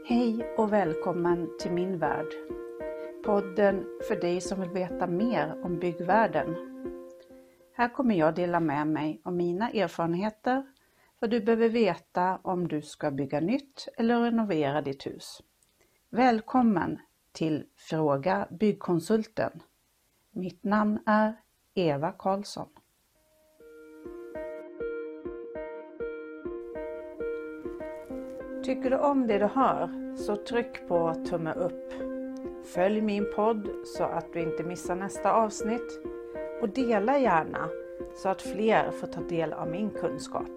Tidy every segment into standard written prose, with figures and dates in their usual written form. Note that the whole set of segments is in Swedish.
Hej och välkommen till min värld. Podden för dig som vill veta mer om byggvärlden. Här kommer jag dela med mig om mina erfarenheter, vad du behöver veta om du ska bygga nytt eller renovera ditt hus. Välkommen till Fråga Byggkonsulten. Mitt namn är Eva Karlsson. Tycker du om det du hör så tryck på tumme upp. Följ min podd så att du inte missar nästa avsnitt och dela gärna så att fler får ta del av min kunskap.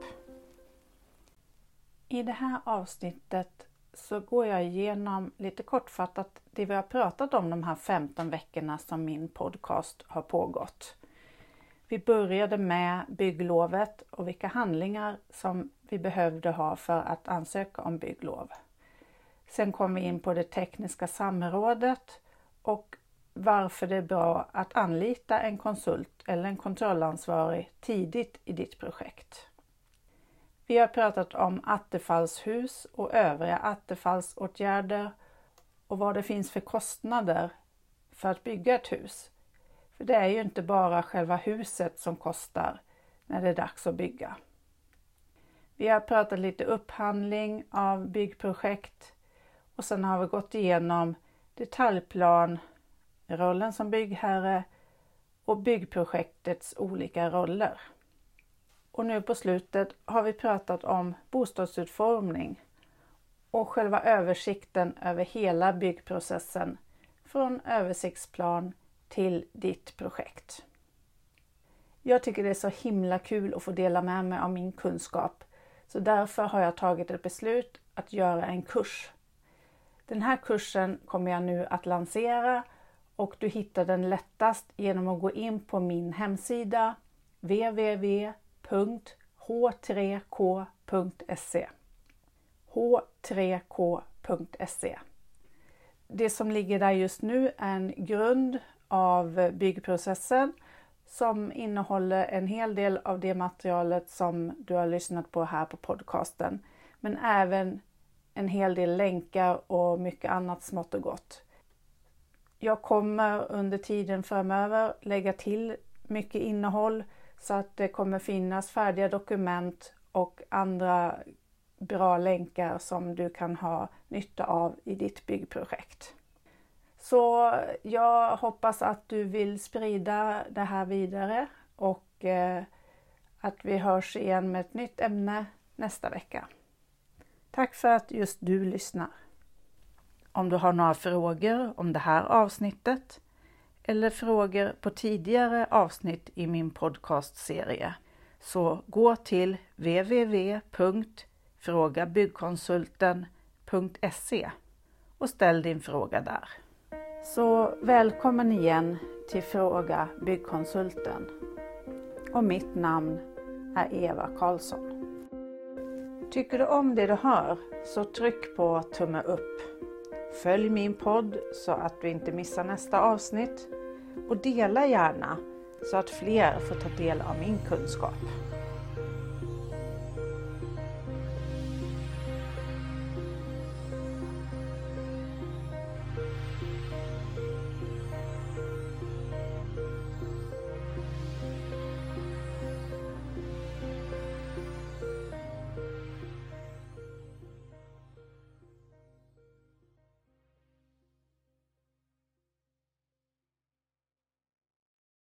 I det här avsnittet så går jag igenom lite kortfattat det vi har pratat om de här 15 veckorna som min podcast har pågått. Vi började med bygglovet och vilka handlingar som vi behövde ha för att ansöka om bygglov. Sen kom vi in på det tekniska samrådet och varför det är bra att anlita en konsult eller en kontrollansvarig tidigt i ditt projekt. Vi har pratat om attefallshus och övriga attefallsåtgärder och vad det finns för kostnader för att bygga ett hus. För det är ju inte bara själva huset som kostar när det är dags att bygga. Vi har pratat lite upphandling av byggprojekt och sen har vi gått igenom detaljplan, rollen som byggherre och byggprojektets olika roller. Och nu på slutet har vi pratat om bostadsutformning och själva översikten över hela byggprocessen från översiktsplan till ditt projekt. Jag tycker det är så himla kul att få dela med mig av min kunskap, så därför har jag tagit ett beslut att göra en kurs. Den här kursen kommer jag nu att lansera och du hittar den lättast genom att gå in på min hemsida www.h3k.se. h3k.se. Det som ligger där just nu är en grund av byggprocessen som innehåller en hel del av det materialet som du har lyssnat på här på podcasten. Men även en hel del länkar och mycket annat smått och gott. Jag kommer under tiden framöver lägga till mycket innehåll så att det kommer finnas färdiga dokument och andra bra länkar som du kan ha nytta av i ditt byggprojekt. Så jag hoppas att du vill sprida det här vidare och att vi hörs igen med ett nytt ämne nästa vecka. Tack för att just du lyssnar. Om du har några frågor om det här avsnittet eller frågor på tidigare avsnitt i min podcastserie så gå till www.frågabyggkonsulten.se och ställ din fråga där. Så välkommen igen till Fråga Byggkonsulten. Och mitt namn är Eva Karlsson. Tycker du om det du hör så tryck på tumme upp. Följ min podd så att du inte missar nästa avsnitt och dela gärna så att fler får ta del av min kunskap.